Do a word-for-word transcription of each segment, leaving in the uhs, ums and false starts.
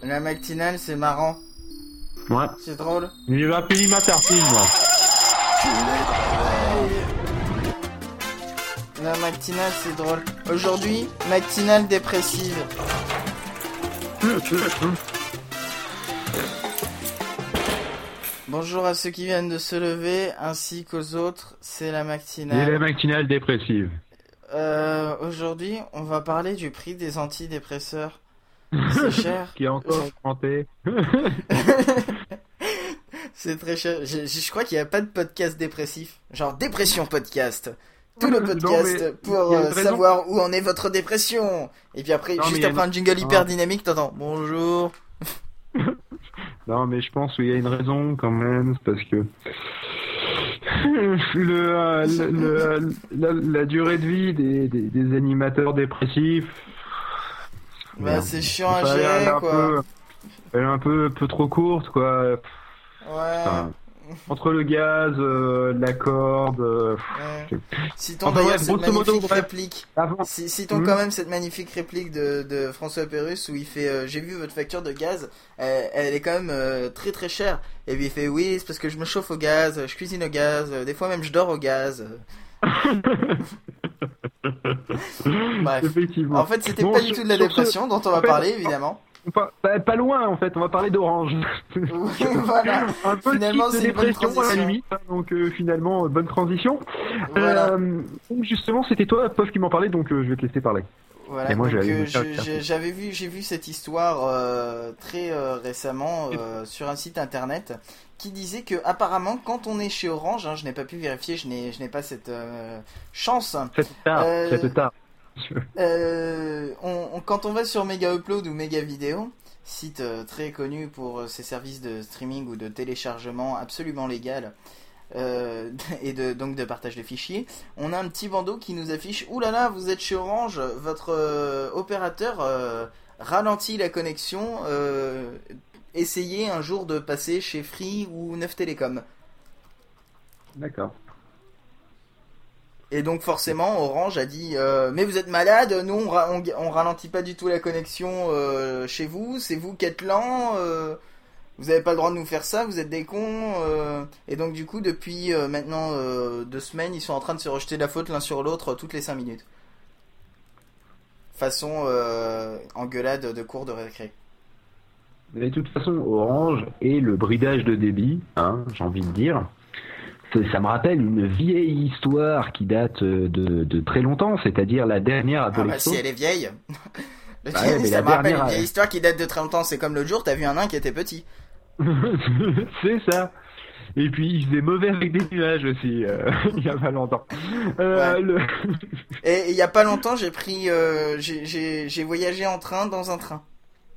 La matinale, c'est marrant. Ouais. C'est drôle. Il va payer ma tartine, moi. La matinale, c'est drôle. Aujourd'hui, matinale dépressive. Bonjour à ceux qui viennent de se lever, ainsi qu'aux autres, c'est la matinale. Et la matinale dépressive. Euh, aujourd'hui, on va parler du prix des antidépresseurs. C'est cher. Qui a encore augmenté. C'est très cher. Je, je crois qu'il n'y a pas de podcast dépressif. Genre dépression podcast. Tout le podcast non, pour euh, savoir où en est votre dépression. Et puis après, non, juste après un jingle hyper ah. dynamique, t'entends bonjour. Non, mais je pense qu'il y a une raison quand même, parce que le, euh, le, le la, la durée de vie des, des, des animateurs dépressifs. Bah, c'est chiant à gérer, quoi. Peu, elle est un peu, peu trop courte, quoi. Ouais. Enfin, entre le gaz, euh, la corde. Euh, ouais. Citons enfin, d'ailleurs cette magnifique modo, réplique. C- citons mmh. quand même cette magnifique réplique de, de François Pérusse où il fait euh, j'ai vu votre facture de gaz, elle, elle est quand même euh, très très chère. Et puis il fait oui, c'est parce que je me chauffe au gaz, je cuisine au gaz, euh, des fois même je dors au gaz. Bref. Effectivement. En fait, c'était bon, pas du tout de la dépression ce... dont on va en fait, parler évidemment. Pas, pas, pas loin en fait, on va parler d'Orange. Oui, voilà. Un peu finalement, de c'est une bonne transition. À la limite, donc euh, finalement, bonne transition. Voilà. Euh, justement, c'était toi, Pof, qui m'en parlait, donc euh, je vais te laisser parler. Voilà. Et moi, donc, euh, je, j'avais vu, j'ai vu cette histoire euh, très euh, récemment euh, sur un site internet qui disait que apparemment, quand on est chez Orange, hein, je n'ai pas pu vérifier, je n'ai, je n'ai pas cette euh, chance. Cette tard, euh, cette tard. Euh, on, on, quand on va sur Mega Upload ou Mega Vidéo, site euh, très connu pour euh, ses services de streaming ou de téléchargement absolument légal euh, et de, donc de partage de fichiers, on a un petit bandeau qui nous affiche « Ouh là là, vous êtes chez Orange, votre euh, opérateur euh, ralentit la connexion, euh, essayez un jour de passer chez Free ou Neuf Télécom. » D'accord. Et donc forcément, Orange a dit euh, mais vous êtes malade, nous on, ra- on, on ralentit pas du tout la connexion euh, chez vous, c'est vous qui êtes lent, euh, vous avez pas le droit de nous faire ça, vous êtes des cons. Euh. Et donc du coup, depuis euh, maintenant euh, deux semaines, ils sont en train de se rejeter la faute l'un sur l'autre euh, toutes les cinq minutes. Façon euh, engueulade de cours de récré. Mais de toute façon, Orange et le bridage de débit, hein, j'ai envie de dire. Ça me rappelle une vieille histoire qui date de, de très longtemps, c'est-à-dire la dernière Apple Ah bah Expo. si elle est vieille. Bah ouais, mais ça la me rappelle dernière... une vieille histoire qui date de très longtemps. C'est comme l'autre jour, t'as vu un nain qui était petit. C'est ça. Et puis il faisait mauvais avec des nuages aussi, euh, il y a pas longtemps. Euh, ouais. le... Et il y a pas longtemps, j'ai pris, euh, j'ai, j'ai, j'ai voyagé en train dans un train.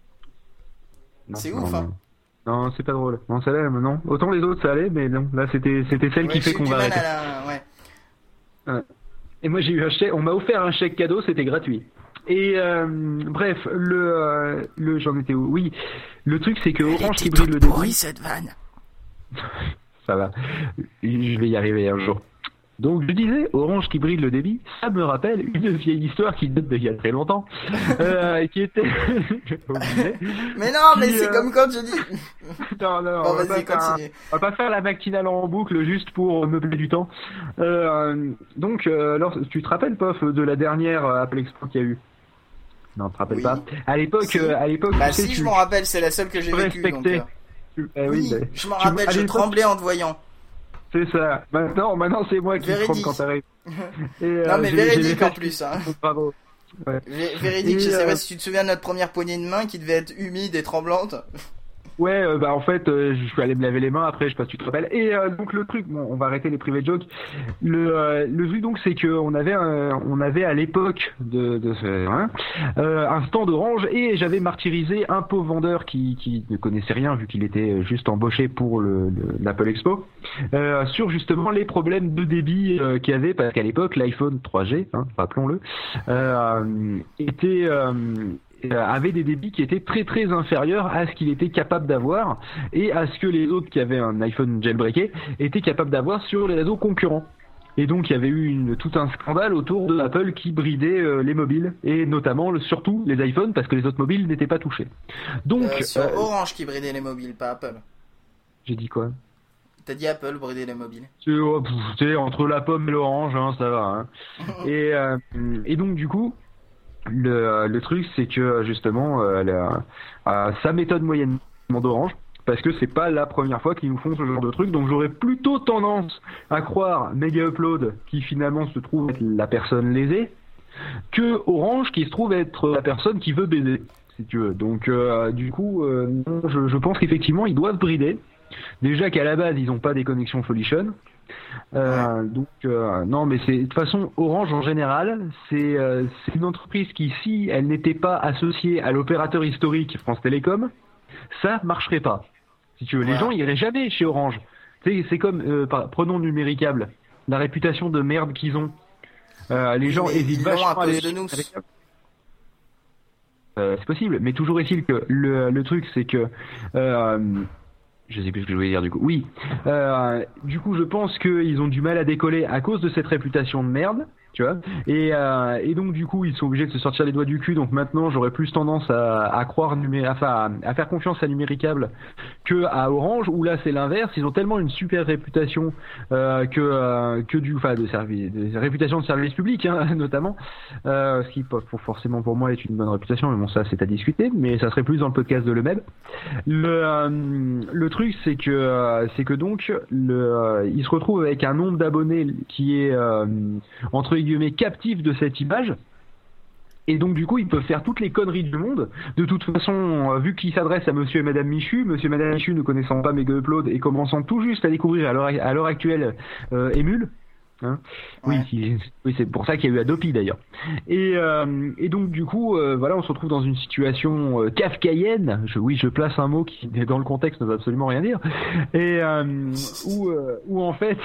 Non, c'est non, ouf, non. hein. Non, c'est pas drôle. Non, ça allait, non. Autant les autres, ça allait, mais non. Là, c'était, c'était celle ouais, qui fait qu'on va arrêter. La... Ouais. Ouais. Et moi, j'ai eu un chèque. On m'a offert un chèque cadeau, c'était gratuit. Et euh, bref, le, euh, le, j'en étais où ? Oui, le truc, c'est que Orange qui brille le débit. Pourri cette vanne. Ça va. Je vais y arriver un jour. Donc je disais, Orange qui brille le débit, ça me rappelle une vieille histoire qui date d'il y a très longtemps, euh, qui était... mais non, mais qui, c'est euh... comme quand je dis... non, non, bon, on, va vas-y, pas un... on va pas faire la matinale en boucle juste pour meubler du temps. Euh, donc, euh, alors, tu te rappelles, Pof, de la dernière Apple Expo qu'il y a eu ? Non, tu te rappelles oui. pas. À l'époque, si. euh, à l'époque, bah tu sais, si, tu... je m'en rappelle, c'est la seule que j'ai vécue. Donc, euh... tu... eh oui, oui bah, je m'en rappelle, je tremblais en te voyant. C'est ça. Maintenant, maintenant c'est moi qui tremble quand t'arrives. Et, euh, non mais j'ai, véridique j'ai en plus. Hein. Bravo. Ouais. Véridique, et je sais euh... pas si tu te souviens de notre première poignée de main qui devait être humide et tremblante. Ouais, euh, bah en fait, euh, je suis allé me laver les mains après, je sais pas si tu te rappelles. Et euh, donc le truc, bon, on va arrêter les private jokes. Le euh, le truc donc, c'est que on avait un, on avait à l'époque de de ce, hein, euh, un stand Orange et j'avais martyrisé un pauvre vendeur qui qui ne connaissait rien vu qu'il était juste embauché pour le, le l'Apple Expo euh, sur justement les problèmes de débit euh, qu'il y avait parce qu'à l'époque l'iPhone trois G, hein, rappelons-le, euh, était euh, avait des débits qui étaient très très inférieurs à ce qu'il était capable d'avoir et à ce que les autres qui avaient un iPhone jailbreaké étaient capables d'avoir sur les réseaux concurrents. Et donc il y avait eu une, tout un scandale autour de Apple qui bridait euh, les mobiles et notamment le, surtout les iPhones parce que les autres mobiles n'étaient pas touchés. Donc euh, sur euh, Orange qui bridait les mobiles, pas Apple. J'ai dit quoi? T'as dit Apple bridait les mobiles. Tu sais, entre la pomme et l'orange, hein, ça va. Hein. et, euh, et donc du coup, le, le truc c'est que justement, euh, la, euh, ça m'étonne moyennement d'Orange. Parce que c'est pas la première fois qu'ils nous font ce genre de truc, donc j'aurais plutôt tendance à croire Mega Upload qui finalement se trouve être la personne lésée, que Orange qui se trouve être la personne qui veut baiser, si tu veux. Donc euh, du coup, euh, je, je pense qu'effectivement ils doivent brider. Déjà qu'à la base ils n'ont pas des connexions Folition. Euh, donc euh, non, mais c'est de toute façon Orange en général, c'est euh, c'est une entreprise qui, si elle n'était pas associée à l'opérateur historique France Télécom, ça marcherait pas. Si tu veux, ouais. Les gens ils iraient jamais chez Orange. Tu sais, c'est comme euh, par, prenons Numéricable, la réputation de merde qu'ils ont. Euh, les gens hésitent vachement à aller de nous. Euh, c'est possible, mais toujours est-il que le, le truc c'est que euh, je sais plus ce que je voulais dire du coup. Oui, euh, du coup je pense qu'ils ont du mal à décoller à cause de cette réputation de merde. Tu vois, et, euh, et donc du coup ils sont obligés de se sortir les doigts du cul. Donc maintenant j'aurais plus tendance à, à croire numé- enfin, à faire confiance à Numéricable que à Orange, où là c'est l'inverse. Ils ont tellement une super réputation euh, que euh, que du enfin de service de réputation de service public hein, notamment, euh, ce qui pour, forcément pour moi est une bonne réputation, mais bon ça c'est à discuter, mais ça serait plus dans le podcast de Le Meb. Le euh, le truc c'est que euh, c'est que donc le euh, ils se retrouvent avec un nombre d'abonnés qui est euh, entre guillemets captif de cette image, et donc du coup ils peuvent faire toutes les conneries du monde. De toute façon, vu qu'ils s'adressent à monsieur et madame Michu, monsieur et madame Michu ne connaissant pas Mega Upload et commençant tout juste à découvrir à l'heure, à l'heure actuelle euh, Emule, hein ouais. oui, oui, c'est pour ça qu'il y a eu Adopi d'ailleurs. Et, euh, et donc du coup, euh, voilà, on se retrouve dans une situation euh, kafkaïenne. Je, oui, je place un mot qui, dans le contexte, ne veut absolument rien dire. Et euh, où, euh, où en fait,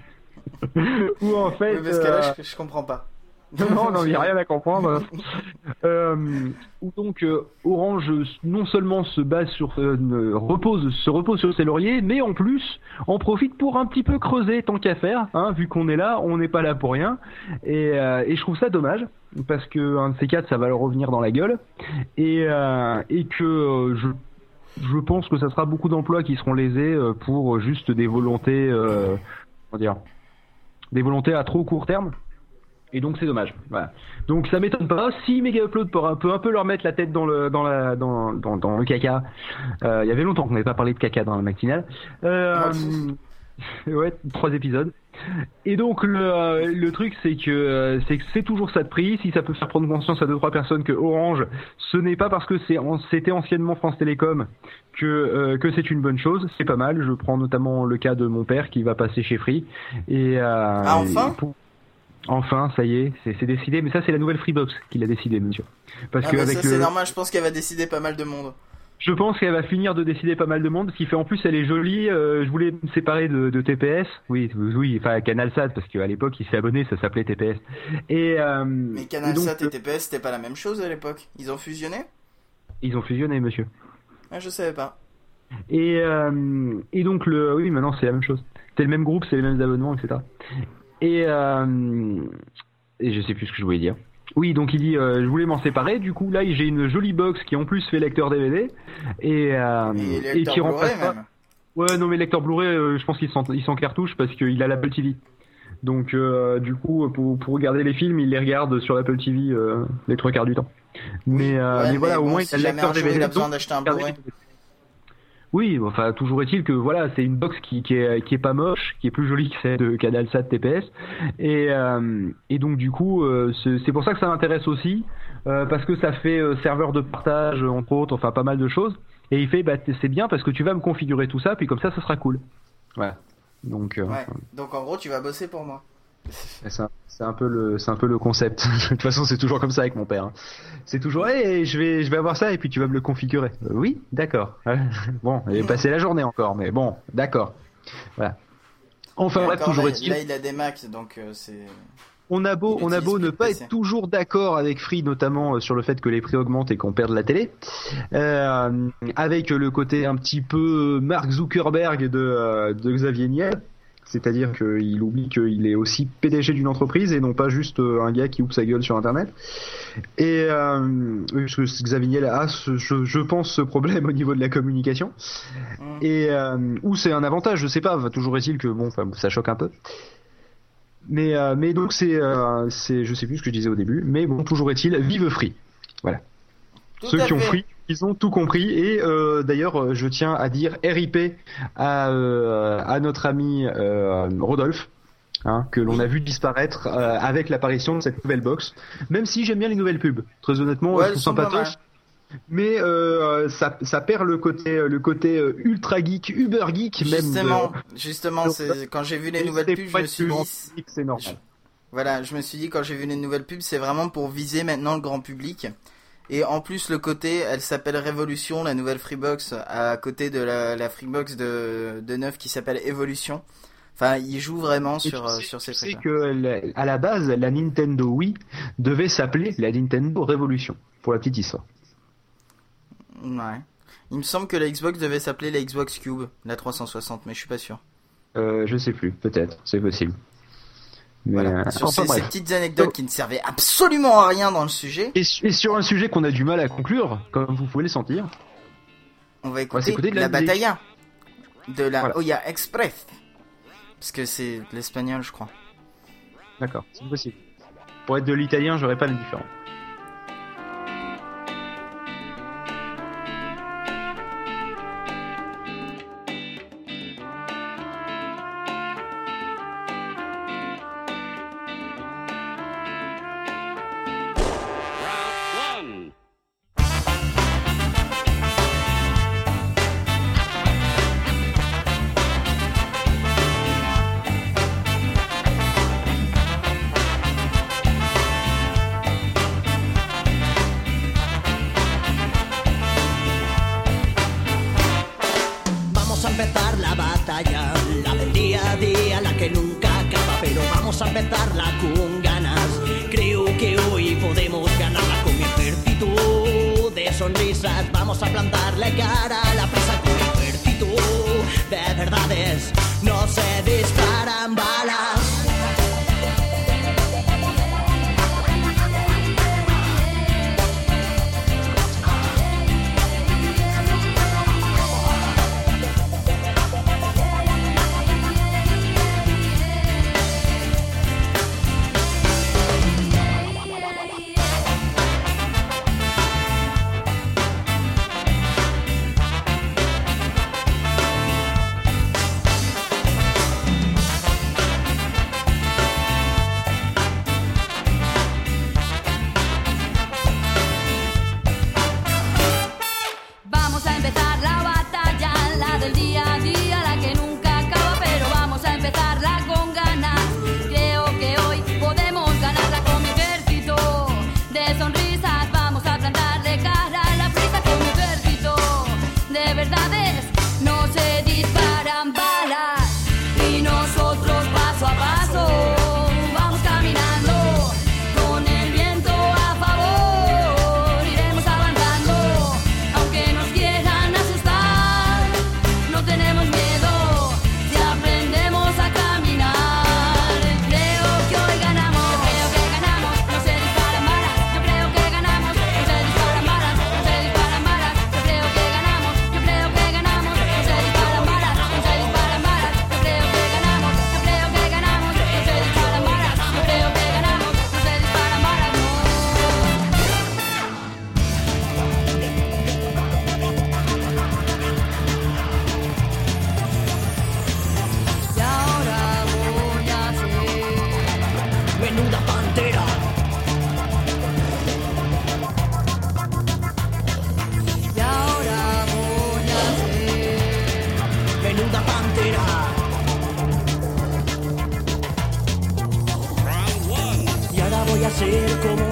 où en fait, oui, parce que là, euh... je, je comprends pas. Non, non, il n'y a rien à comprendre. euh, où donc euh, Orange non seulement se base sur, euh, repose, se repose sur ses lauriers, mais en plus en profite pour un petit peu creuser tant qu'à faire. Hein, vu qu'on est là, on n'est pas là pour rien. Et, euh, et je trouve ça dommage parce que un de ces quatre, ça va leur revenir dans la gueule. Et, euh, et que euh, je je pense que ça sera beaucoup d'emplois qui seront lésés euh, pour juste des volontés, euh, comment dire, des volontés à trop court terme. Et donc c'est dommage. Voilà. Donc ça m'étonne pas si Mega Upload peut un peu, un peu leur mettre la tête dans le dans la dans dans, dans le caca. Euh, il y avait longtemps qu'on n'avait pas parlé de caca dans la matinale. Euh, ouais, trois épisodes. Et donc le le truc c'est que c'est que c'est toujours ça de prix. Si ça peut faire prendre conscience à deux trois personnes que Orange, ce n'est pas parce que c'est c'était anciennement France Télécom que euh, que c'est une bonne chose. C'est pas mal. Je prends notamment le cas de mon père qui va passer chez Free. Et euh, ah enfin. Et pour... Enfin, ça y est, c'est, c'est décidé, mais ça c'est la nouvelle Freebox qui l'a décidé, monsieur. Parce ah que bah avec ça le... c'est normal, je pense qu'elle va décider pas mal de monde. Je pense qu'elle va finir de décider pas mal de monde, parce qu'il fait en plus elle est jolie. Euh, je voulais me séparer de, de T P S, oui, oui, enfin CanalSat, parce qu'à l'époque il s'est abonné, ça s'appelait T P S. Et euh, mais CanalSat et, donc, et T P S c'était pas la même chose à l'époque. Ils ont fusionné ? Ils ont fusionné, monsieur. Ah, je savais pas. Et euh, et donc le, oui, maintenant c'est la même chose. C'est le même groupe, c'est les mêmes abonnements, et cetera. Et euh, et je sais plus ce que je voulais dire. Oui, donc il dit euh, je voulais m'en séparer. Du coup là j'ai une jolie box qui en plus fait lecteur D V D et euh, et, et qui remplace pas. Même. Ouais, non mais lecteur Blu-ray, euh, je pense qu'il s'en il s'en cartouche parce qu'il a l'Apple T V. Donc euh, du coup pour pour regarder les films, il les regarde sur l'Apple T V euh, les trois quarts du temps. Mais, oui, euh, ouais, mais, mais voilà, bon, au moins si il a le lecteur D V D. Il a besoin d'acheter un Blu-ray. Oui, enfin toujours est-il que voilà, c'est une box qui, qui est qui est pas moche, qui est plus jolie que celle de CanalSat T P S, et euh, et donc du coup euh, c'est, c'est pour ça que ça m'intéresse aussi, euh, parce que ça fait euh, serveur de partage entre autres, enfin pas mal de choses, et il fait bah c'est bien parce que tu vas me configurer tout ça, puis comme ça ça sera cool. Ouais. Donc. Euh, ouais. Donc en gros tu vas bosser pour moi. C'est un, c'est un peu le, c'est un peu le concept. De toute façon, c'est toujours comme ça avec mon père. Hein. C'est toujours, hey, je vais, je vais avoir ça et puis tu vas me le configurer. Euh, oui, d'accord. Bon, il est passé la journée encore, mais bon, d'accord. Voilà. Enfin bref, toujours là, est-il. Là, il a des Macs, donc euh, c'est. On a beau, on a beau ne pas P C. Être toujours d'accord avec Free, notamment euh, sur le fait que les prix augmentent et qu'on perde la télé, euh, avec le côté un petit peu Mark Zuckerberg de, euh, de Xavier Niel. C'est-à-dire qu'il oublie qu'il est aussi P D G d'une entreprise et non pas juste un gars qui ouvre sa gueule sur Internet. Et euh, parce que Xavier a, ce, je, je pense, ce problème au niveau de la communication. Mmh. Et euh, ou c'est un avantage, je sais pas. Toujours est-il que bon, ça choque un peu. Mais euh, mais donc c'est euh, c'est, je sais plus ce que je disais au début. Mais bon, toujours est-il, vive Free. Voilà. Tout Ceux qui fait. ont Free, ils ont tout compris. Et euh, d'ailleurs, je tiens à dire R I P à, euh, à notre ami euh, Rodolphe, hein, que l'on a vu disparaître euh, avec l'apparition de cette nouvelle box. Même si j'aime bien les nouvelles pubs, très honnêtement, ouais, elles sont sympatoches. Mais euh, ça, ça perd le côté, le côté ultra geek, uber geek. Justement, même de... justement, c'est... quand j'ai vu les nouvelles pubs, je me suis dit, c'est normal. Je... Voilà, je me suis dit quand j'ai vu les nouvelles pubs, c'est vraiment pour viser maintenant le grand public. Et en plus, le côté, elle s'appelle Révolution, la nouvelle Freebox, à côté de la, la Freebox de, de neuf qui s'appelle Evolution. Enfin, il joue vraiment sur, tu sais, sur ces trucs. trucs-là. Tu sais que, à la base, la Nintendo Wii devait s'appeler la Nintendo Révolution, pour la petite histoire. Ouais. Il me semble que la Xbox devait s'appeler la Xbox Cube, la trois cent soixante, mais je suis pas sûr. Euh, je sais plus, peut-être, c'est possible. Mais voilà. euh, Sur enfin, ces, ces petites anecdotes Donc, qui ne servaient absolument à rien dans le sujet. Et, et sur un sujet qu'on a du mal à conclure, comme vous pouvez le sentir. On va écouter, on va de la, la Batalla de la voilà. Oya Express. Parce que c'est de l'espagnol, je crois. D'accord, c'est possible. Pour être de l'italien, j'aurais pas le différent.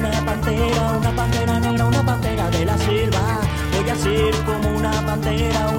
Pantera, una pantera negra, una pantera de la selva. Voy a ser como una pantera.